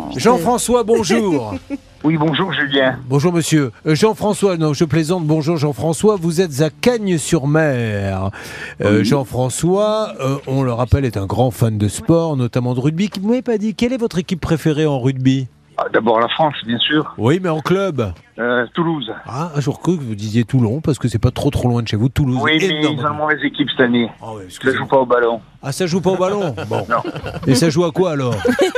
Jean-François, bonjour. Oui, bonjour Julien. Bonjour monsieur. Jean-François, non je plaisante, bonjour Jean-François, vous êtes à Cagnes-sur-Mer. Oui. Jean-François, on le rappelle, est un grand fan de sport, notamment de rugby. Vous ne m'avez pas dit, quelle est votre équipe préférée en rugby ? D'abord la France, bien sûr. Oui, mais en club. Toulouse. Ah, je recrue que vous disiez Toulon, parce que c'est pas trop loin de chez vous, Toulouse. Oui, mais ils ont une mauvaise équipe cette année. Ah ouais, Ça joue pas au ballon. Ah, ça joue pas au ballon ? Bon. Non. Et ça joue à quoi alors ?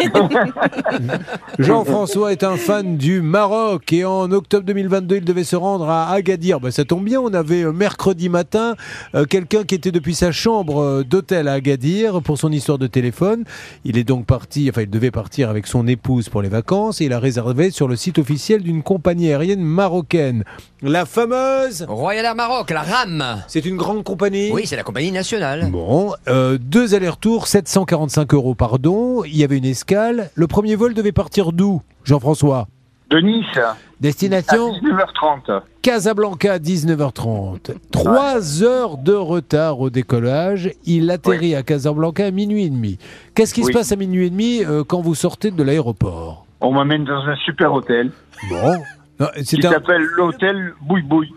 Jean-François est un fan du Maroc et en octobre 2022, il devait se rendre à Agadir. Ça tombe bien, on avait mercredi matin quelqu'un qui était depuis sa chambre d'hôtel à Agadir pour son histoire de téléphone. Il est donc parti, il devait partir avec son épouse pour les vacances et il a réservé sur le site officiel d'une compagnie aérienne marocaine. La fameuse Royal Air Maroc, la RAM. C'est une grande compagnie ? Oui, c'est la compagnie nationale. Bon, 2 allers-retours, 745 €, pardon. Il y avait une escale. Le premier vol devait partir d'où, Jean-François ? De Nice. Destination À 19h30. Casablanca, 19h30. 3 heures de retard au décollage. Il atterrit à Casablanca à minuit et demi. Qu'est-ce qui se passe à minuit et demi quand vous sortez de l'aéroport ? On m'amène dans un super hôtel Bon. Non, qui s'appelle l'hôtel Bouille Bouille.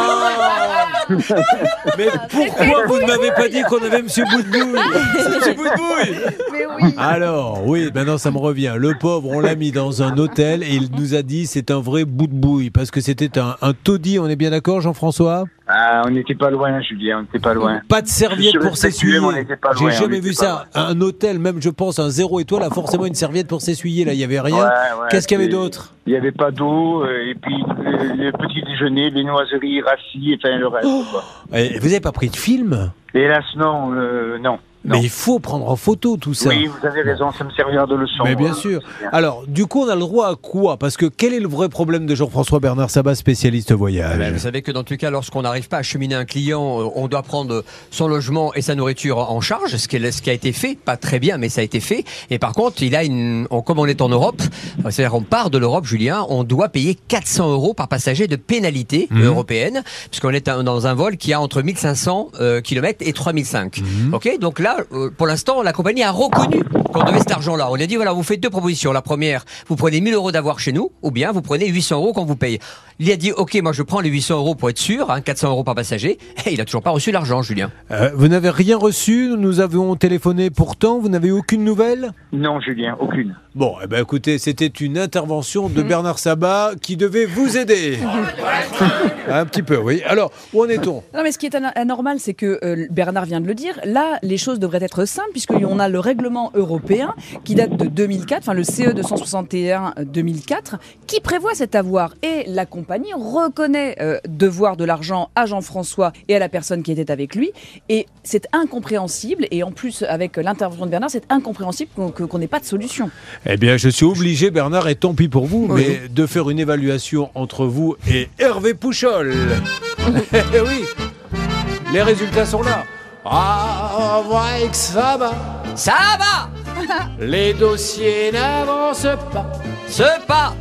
Ah mais pourquoi vous ne m'avez pas dit qu'on avait Monsieur Boudbouille ? Monsieur Boudbouille ! Mais oui. Alors, oui, maintenant ça me revient. Le pauvre, on l'a mis dans un hôtel et il nous a dit c'est un vrai bout de bouille parce que c'était un taudis, on est bien d'accord Jean-François ? Ah, on n'était pas loin, Julien, on n'était pas loin. Pas de serviette pour s'essuyer. On n'était pas loin. J'ai jamais vu ça. Un hôtel, même je pense un 0 étoile, a forcément une serviette pour s'essuyer. Là, il n'y avait rien. Ouais, Qu'est-ce qu'il y avait d'autre ? Il n'y avait pas d'eau, et puis le petit déjeuner, les noiseries, rassis, enfin le reste. Quoi. Et vous n'avez pas pris de film ? Hélas, non, non. Mais il faut prendre en photo tout ça. Oui, vous avez raison, ça me servira de leçon. Mais bien sûr. Alors, du coup, on a le droit à quoi ? Parce que quel est le vrai problème de Jean-François Bernard Sabat, spécialiste voyage ? Vous savez que dans tous les cas, lorsqu'on n'arrive pas à acheminer un client, on doit prendre son logement et sa nourriture en charge, ce qui a été fait, pas très bien, mais ça a été fait. Et par contre, comme on est en Europe, c'est-à-dire on part de l'Europe, Julien, on doit payer 400 € par passager de pénalité européenne, puisqu'on est dans un vol qui a entre 1500 km et 3005. Ok, donc là, pour l'instant, la compagnie a reconnu qu'on devait cet argent-là. On a dit, voilà, vous faites 2 propositions. La première, vous prenez 1000 € d'avoir chez nous, ou bien vous prenez 800 € qu'on vous paye. Il a dit, ok, moi je prends les 800 € pour être sûr, 400 € par passager. Et il a toujours pas reçu l'argent, Julien. Vous n'avez rien reçu ? Nous avons téléphoné pourtant, vous n'avez aucune nouvelle ? Non, Julien, aucune. Bon, écoutez, c'était une intervention de Bernard Sabat qui devait vous aider. Un petit peu, oui. Alors, où en est-on ? Non, mais ce qui est anormal, c'est que Bernard vient de le dire. Là, les choses devraient être simples, puisqu'on a le règlement européen qui date de 2004, enfin le CE 261-2004, qui prévoit cet avoir. Et la compagnie reconnaît devoir de l'argent à Jean-François et à la personne qui était avec lui. Et c'est incompréhensible. Et en plus, avec l'intervention de Bernard, c'est incompréhensible qu'on n'ait pas de solution. Eh bien, je suis obligé, Bernard, et tant pis pour vous, mais de faire une évaluation entre vous et Hervé Pouchol. Eh oui, les résultats sont là. Ah, vrai que ça va. Ça va. Les dossiers n'avancent pas. Ce pas.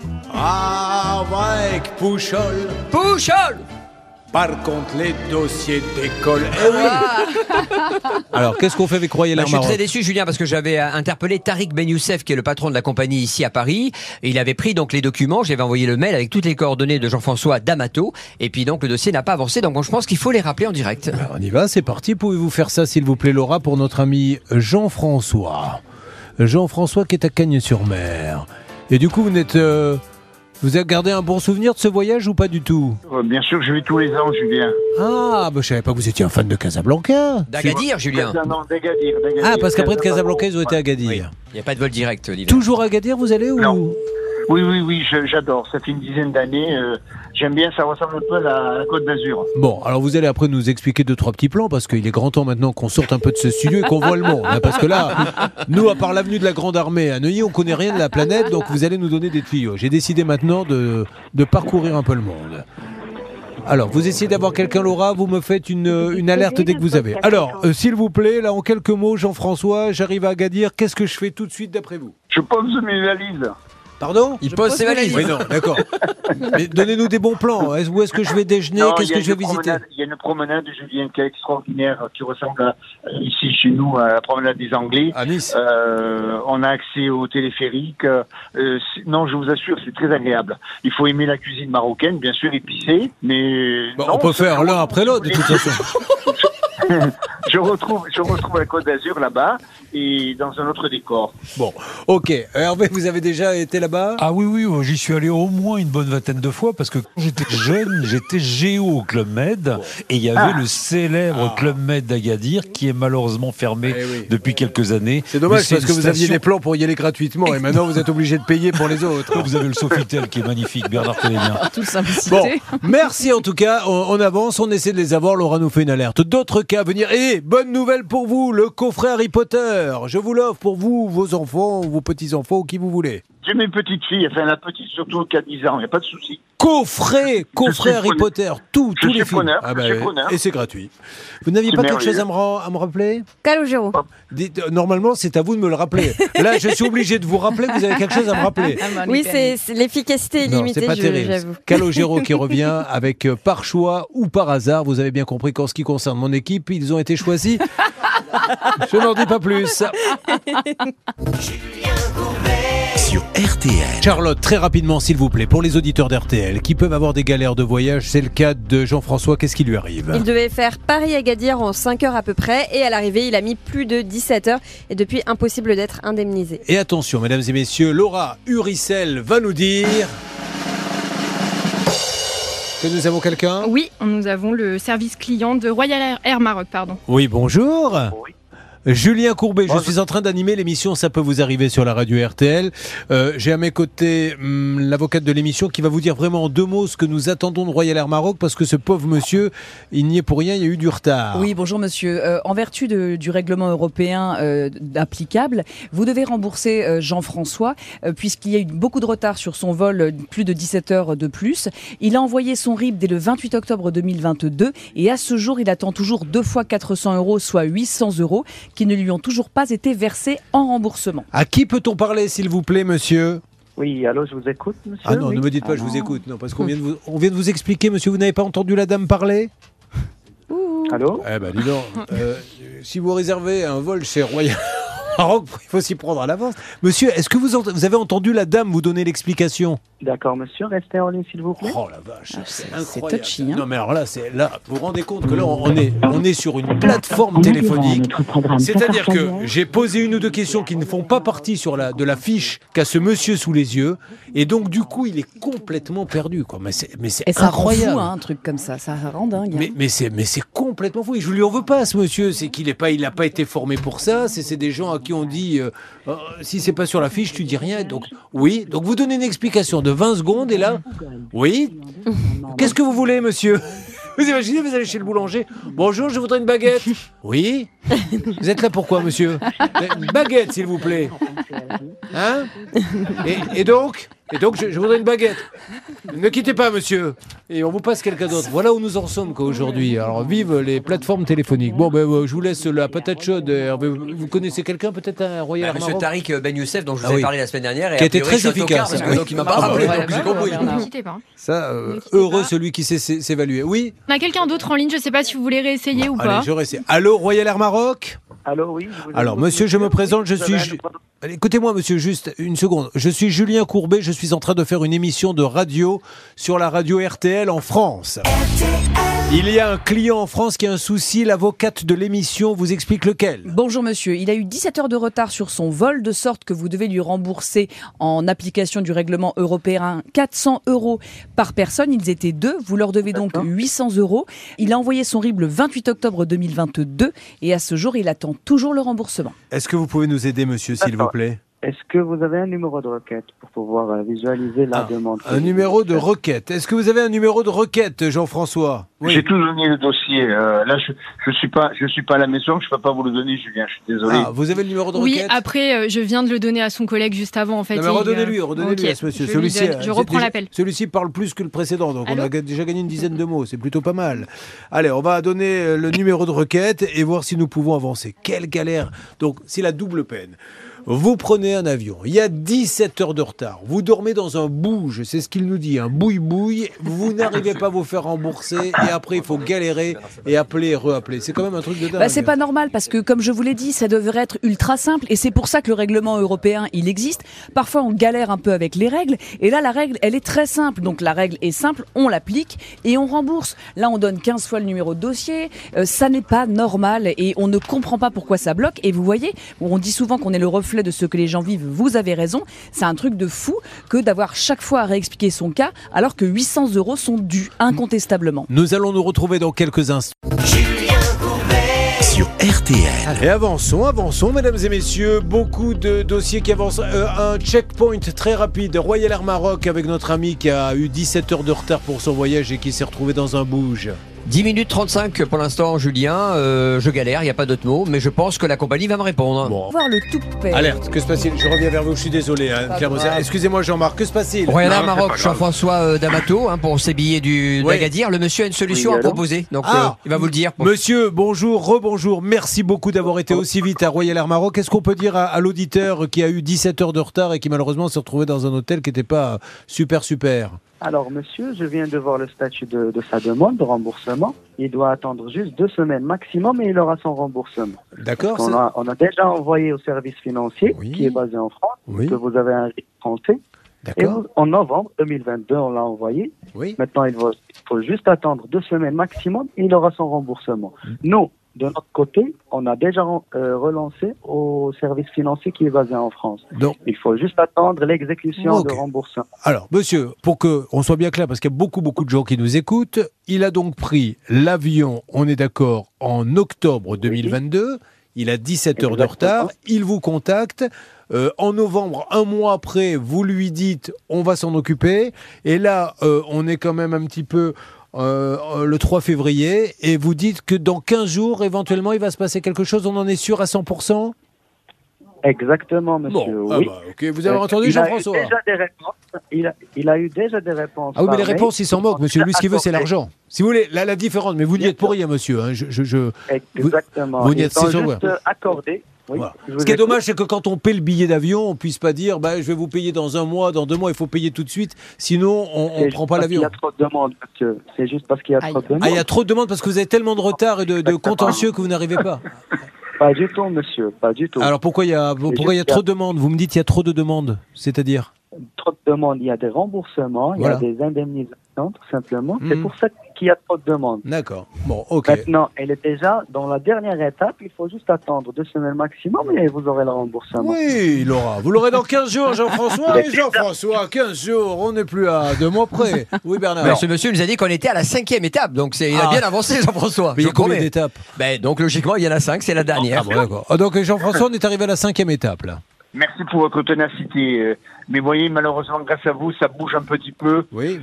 Ah, vrai que Pouchol. Pouchol. Par contre, les dossiers décollent. Eh oui. Alors, qu'est-ce qu'on fait avec Royal Air Je suis Maroc ? très déçu, Julien, parce que j'avais interpellé Tariq Ben Youssef, qui est le patron de la compagnie ici à Paris. Et il avait pris donc les documents. J'avais envoyé le mail avec toutes les coordonnées de Jean-François D'Amato. Et puis donc le dossier n'a pas avancé. Donc je pense qu'il faut les rappeler en direct. On y va, c'est parti. Pouvez-vous faire ça, s'il vous plaît, Laura, pour notre ami Jean-François. Jean-François qui est à Cagnes-sur-Mer. Et du coup, vous avez gardé un bon souvenir de ce voyage ou pas du tout ? Bien sûr que je vais tous les ans, Julien. Ah, je savais pas que vous étiez un fan de Casablanca. D'Agadir, Julien. Non, d'Agadir. Ah, parce qu'après de Casablanca, ils ont été à Agadir. Oui. Il n'y a pas de vol direct. l'hiver. Toujours à Agadir, vous allez ou... Non. Oui, j'adore. Ça fait une dizaine d'années. J'aime bien, ça ressemble un peu à la Côte d'Azur. Bon, alors vous allez après nous expliquer 2-3 petits plans, parce qu'il est grand temps maintenant qu'on sorte un peu de ce studio et qu'on voit le monde. Hein, parce que là, nous, à part l'avenue de la Grande Armée à Neuilly, on connaît rien de la planète, donc vous allez nous donner des tuyaux. J'ai décidé maintenant de parcourir un peu le monde. Alors, vous essayez d'avoir quelqu'un, Laura, vous me faites une alerte dès que vous avez. Alors, s'il vous plaît, là, en quelques mots, Jean-François, j'arrive à Agadir, qu'est-ce que je fais tout de suite d'après vous ? Je pose mes valises. Pardon? Il pose ses valises. Oui, non, d'accord. Mais donnez-nous des bons plans. Où est-ce que je vais déjeuner? Non, Qu'est-ce que je vais visiter? Il y a une promenade de Julien qui est extraordinaire, qui ressemble ici chez nous à la promenade des Anglais. À Nice. On a accès au téléphérique. Non, je vous assure, c'est très agréable. Il faut aimer la cuisine marocaine, bien sûr, épicée, mais Bon, non, on peut faire l'un après l'autre, de toute façon. je retrouve la Côte d'Azur là-bas et dans un autre décor. Bon, ok. Hervé, vous avez déjà été là-bas? Ah oui, j'y suis allé au moins une bonne vingtaine de fois parce que quand j'étais jeune, j'étais géo au Club Med et il y avait le célèbre Club Med d'Agadir qui est malheureusement fermé depuis quelques années. C'est dommage Mais parce que vous aviez des plans pour y aller gratuitement et maintenant vous êtes obligé de payer pour les autres. Vous avez le Sofitel qui est magnifique, Bernard connaît bien. Toute simplicité. Bon, merci en tout cas. On avance, on essaie de les avoir. Laura nous fait une alerte. D'autres cas à venir. Et bonne nouvelle pour vous, le coffret Harry Potter. Je vous l'offre pour vous, vos enfants, vos petits-enfants, qui vous voulez. J'ai mes petites filles, enfin la petite surtout qui a 10 ans, il n'y a pas de souci. Coffret Harry Potter, tous les films. Preneur, Ah bah, je suis preneur. et c'est gratuit. Vous n'aviez C'est pas quelque chose merveilleux. à me rappeler? Calogero. Normalement, c'est à vous de me le rappeler. Là, je suis obligé de vous rappeler que vous avez quelque chose à me rappeler. Oui, c'est l'efficacité est Non, limitée, c'est pas terrible. j'avoue. Calogero qui revient avec par choix ou par hasard. Vous avez bien compris qu'en ce qui concerne mon équipe, ils ont été choisis. Je n'en dis pas plus. Sur RTL. Charlotte, très rapidement, s'il vous plaît, pour les auditeurs d'RTL qui peuvent avoir des galères de voyage, c'est le cas de Jean-François. Qu'est-ce qui lui arrive? Il devait faire Paris-Agadir en 5 heures à peu près et à l'arrivée, il a mis plus de 17 heures et depuis, impossible d'être indemnisé. Et attention, mesdames et messieurs, Laura Uricel va nous dire que nous avons quelqu'un. Oui, nous avons le service client de Royal Air Maroc, pardon. Oui, bonjour. Oui. Julien Courbet, je suis en train d'animer l'émission Ça peut vous arriver sur la radio RTL. J'ai à mes côtés l'avocate de l'émission qui va vous dire vraiment en 2 mots ce que nous attendons de Royal Air Maroc parce que ce pauvre monsieur, il n'y est pour rien, il y a eu du retard. Oui, bonjour monsieur. En vertu du règlement européen applicable, vous devez rembourser Jean-François puisqu'il y a eu beaucoup de retard sur son vol, plus de 17 heures de plus. Il a envoyé son RIB dès le 28 octobre 2022 et à ce jour, il attend toujours 2 fois 400 €, soit 800 € qui ne lui ont toujours pas été versés en remboursement. À qui peut-on parler, s'il vous plaît, monsieur? Oui, allô, je vous écoute, monsieur. Ah non, oui. ne me dites pas je vous écoute, non, parce qu'on vient de vous expliquer, monsieur, vous n'avez pas entendu la dame parler? Allô? Eh ben, dis donc, si vous réservez un vol chez Royal Maroc, il faut s'y prendre à l'avance. Monsieur, est-ce que vous avez entendu la dame vous donner l'explication? D'accord, monsieur, restez en ligne, s'il vous plaît. Oh la vache, c'est c'est incroyable. touchy, hein. Non mais alors là, vous vous rendez compte que là, on est sur une plateforme téléphonique. C'est-à-dire que j'ai posé 1 ou 2 questions qui ne font pas partie de la fiche qu'a ce monsieur sous les yeux, et donc du coup, il est complètement perdu, quoi. Mais c'est Et ça rend incroyable. fou, hein, un truc comme ça rend dingue. hein. Mais c'est complètement fou. Et je lui en veux pas, ce monsieur. C'est qu'il n'a pas été formé pour ça. C'est des gens à qui on dit si c'est pas sur la fiche, tu dis rien. Donc oui. Donc vous donnez une explication de 20 secondes et là, oui. Qu'est-ce que vous voulez, monsieur? Vous imaginez, vous allez chez le boulanger. Bonjour, je voudrais une baguette. Oui. Vous êtes là pourquoi, monsieur? Une baguette, s'il vous plaît. Hein? Et donc je voudrais une baguette. Ne quittez pas, monsieur. Et on vous passe quelqu'un d'autre. Voilà où nous en sommes aujourd'hui. Alors, vive les plateformes téléphoniques. Bon, je vous laisse la patate chaude. Hervé. Vous connaissez quelqu'un, peut-être, un Royal Air Monsieur Maroc? Tariq Ben Youssef, dont je vous Ah ai oui. parlé la semaine dernière. Et Qui a a été priori, très je suis un tocard, efficace. parce que donc, il m'a pas rappelé, donc j'ai compris. Ne quittez pas. Ça, quittez heureux pas. celui qui sait s'évaluer. Oui? On a quelqu'un d'autre en ligne, je ne sais pas si vous voulez réessayer ou pas. Allez, je réessaye. Allô, Royal Air Maroc? Allô, oui. Alors, monsieur, je me présente, je suis... Allez, écoutez-moi, monsieur, juste une seconde. Je suis Julien Courbet, je suis en train de faire une émission de radio sur la radio RTL en France. Il y a un client en France qui a un souci, l'avocate de l'émission vous explique lequel. Bonjour monsieur, il a eu 17 heures de retard sur son vol, de sorte que vous devez lui rembourser en application du règlement européen 400 € par personne. Ils étaient 2, vous leur devez donc 800 €. Il a envoyé son RIB le 28 octobre 2022 et à ce jour, il attend toujours le remboursement. Est-ce que vous pouvez nous aider, monsieur, s'il vous plaît? Est-ce que vous avez un numéro de requête pour pouvoir visualiser la demande? Un numéro de requête. Est-ce que vous avez un numéro de requête, Jean-François? Oui. J'ai tout donné le dossier. Là, je suis pas à la maison. Je peux pas vous le donner, Julien. Je suis désolé. Ah, vous avez le numéro de Oui, requête? après, je viens de le donner à son collègue juste avant, en fait. Non, mais redonnez-lui Ok, à ce monsieur. je lui Celui-ci, donne. Je reprends l'appel. Celui-ci parle plus que le précédent, donc Allô? on a déjà gagné une dizaine de mots. C'est plutôt pas mal. Allez, on va donner le numéro de requête et voir si nous pouvons avancer. Quelle galère! Donc, c'est la double peine. Vous prenez un avion, il y a 17 heures de retard, vous dormez dans un bouge, c'est ce qu'il nous dit, un boui-boui, vous n'arrivez pas à vous faire rembourser et après il faut galérer et appeler et reappeler. C'est quand même un truc de dingue. C'est pas normal parce que, comme je vous l'ai dit, ça devrait être ultra simple et c'est pour ça que le règlement européen, il existe. Parfois, on galère un peu avec les règles et là, la règle, elle est très simple. Donc, la règle est simple, on l'applique et on rembourse. Là, on donne 15 fois le numéro de dossier. Ça n'est pas normal et on ne comprend pas pourquoi ça bloque. Et vous voyez, on dit souvent qu'on est le reflet de ce que les gens vivent. Vous avez raison. C'est un truc de fou que d'avoir chaque fois à réexpliquer son cas alors que 800 € sont dus incontestablement. Nous allons nous retrouver dans quelques instants. Sur RTL. Et avançons, mesdames et messieurs. Beaucoup de dossiers qui avancent. Un checkpoint très rapide. Royal Air Maroc avec notre ami qui a eu 17 heures de retard pour son voyage et qui s'est retrouvé dans un bouge. 10 minutes 35 pour l'instant, Julien. Je galère, il n'y a pas d'autre mot, mais je pense que la compagnie va me répondre. Bon. Voir le tout père. Alerte, que se passe-t-il? Je reviens vers vous, je suis désolé. Claire Moser. Excusez-moi Jean-Marc, que se passe-t-il? Royal Air Maroc, Jean-François D'Amato, pour ses billets d'Agadir. Le monsieur a une solution à proposer, donc il va vous le dire. Monsieur, bonjour, rebonjour. Merci beaucoup d'avoir été aussi vite à Royal Air Maroc. Qu'est-ce qu'on peut dire à l'auditeur qui a eu 17 heures de retard et qui malheureusement s'est retrouvé dans un hôtel qui n'était pas super? Alors, monsieur, je viens de voir le statut de sa demande de remboursement. Il doit attendre juste 2 semaines maximum et il aura son remboursement. D'accord. On a déjà envoyé au service financier qui est basé en France, que vous avez un RIB français. D'accord. Et en novembre 2022, on l'a envoyé. Oui. Maintenant, il faut juste attendre 2 semaines maximum et il aura son remboursement. Nous, de notre côté, on a déjà relancé au service financier qui est basé en France. Donc, il faut juste attendre l'exécution de remboursement. Alors, monsieur, pour qu'on soit bien clair, parce qu'il y a beaucoup de gens qui nous écoutent, il a donc pris l'avion, on est d'accord, en octobre 2022. Il a 17 heures de retard. Il vous contacte. En novembre, un mois après, vous lui dites « on va s'en occuper ». Et là, on est quand même un petit peu... le 3 février, et vous dites que dans 15 jours, éventuellement, il va se passer quelque chose, on en est sûr à 100%? Exactement, monsieur. Oui. Vous avez entendu Jean-François? Il a eu déjà des réponses. Ah oui, mais les réponses, il s'en moque, monsieur. Lui, ce qu'il veut, c'est l'argent. Si vous voulez, la différence, mais vous n'y êtes pour rien, monsieur. Hein. Exactement. Vous n'y êtes juste accordé. Oui, voilà. Ce qui est dommage, c'est que quand on paie le billet d'avion, on puisse pas dire je vais vous payer dans 1 mois, dans 2 mois, il faut payer tout de suite, sinon on ne prend pas l'avion. Il y a trop de demandes, monsieur. C'est juste parce qu'il y a trop de demandes. Ah, il y a trop de demandes parce que vous avez tellement de retard et de contentieux que vous n'arrivez pas. Pas du tout, monsieur, pas du tout. Alors pourquoi il y a trop de demandes? Vous me dites qu'il y a trop de demandes, c'est-à-dire? Trop de demandes, il y a des remboursements, il y a des indemnisations, tout simplement. C'est pour ça qu'il y a trop de demandes. D'accord. Bon, ok. Maintenant, elle est déjà dans la dernière étape. Il faut juste attendre 2 semaines maximum et vous aurez le remboursement. Oui, Laura. Vous l'aurez dans 15 jours, Jean-François. Et Jean-François, 15 jours, on n'est plus à 2 mois près. Oui, Bernard. Mais ce monsieur nous a dit qu'on était à la 5e étape, donc il a bien avancé, Jean-François. Mais il y a combien d'étapes? Donc logiquement, il y en a 5, c'est la dernière. Bon, d'accord. Donc Jean-François, on est arrivé à la 5e étape, là. Merci pour votre ténacité. Mais voyez, malheureusement, grâce à vous, ça bouge un petit peu. Oui.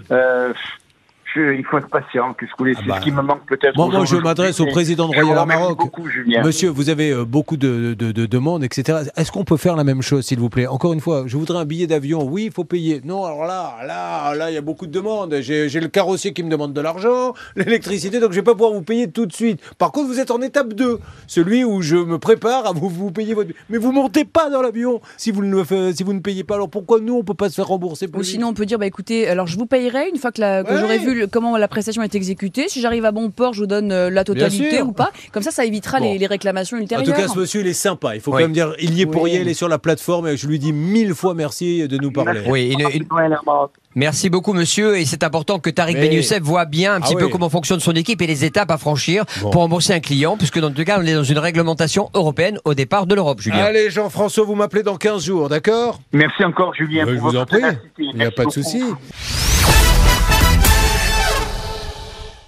Il faut être patient. Qu'est-ce que vous voulez, c'est ce qui me manque peut-être. Moi, je m'adresse au président de Royal Air Maroc. Beaucoup, Julien. Monsieur, vous avez beaucoup de demandes, etc. Est-ce qu'on peut faire la même chose, s'il vous plaît? Encore une fois, je voudrais un billet d'avion. Oui, il faut payer. Non, alors là, il y a beaucoup de demandes. J'ai le carrossier qui me demande de l'argent, l'électricité, donc je vais pas pouvoir vous payer tout de suite. Par contre, vous êtes en étape 2, celui où je me prépare à vous payer votre... Mais vous montez pas dans l'avion si vous ne payez pas. Alors pourquoi nous, on peut pas se faire rembourser plus vite? Sinon, on peut dire, écoutez, alors je vous payerai une fois que j'aurai vu comment la prestation est exécutée. Si j'arrive à bon port, je vous donne la totalité ou pas. Comme ça évitera les réclamations ultérieures. En tout cas, ce monsieur, il est sympa. Il faut quand même dire, il y est pour rien, il est sur la plateforme et je lui dis 1000 fois merci de nous parler. Oui, merci beaucoup, monsieur. Et c'est important que Tariq Ben Youssef voit bien un petit peu comment fonctionne son équipe et les étapes à franchir pour rembourser un client, puisque dans tout cas, on est dans une réglementation européenne au départ de l'Europe, Julien. Allez, Jean-François, vous m'appelez dans 15 jours, d'accord? Merci encore, Julien. Je vous en prie. Il n'y a pas de souci.